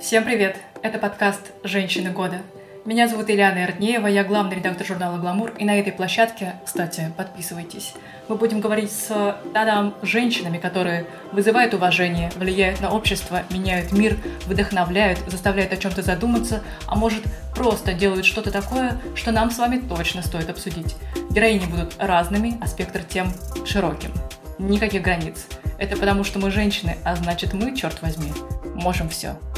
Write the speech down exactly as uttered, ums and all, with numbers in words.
Всем привет! Это подкаст «Женщины года». Меня зовут Ильяна Эрднеева, я главный редактор журнала «Гламур», и на этой площадке, кстати, подписывайтесь, мы будем говорить с да-да, женщинами, которые вызывают уважение, влияют на общество, меняют мир, вдохновляют, заставляют о чем-то задуматься, а может, просто делают что-то такое, что нам с вами точно стоит обсудить. Героини будут разными, а спектр тем широким. Никаких границ. Это потому, что мы женщины, а значит мы, черт возьми, можем все.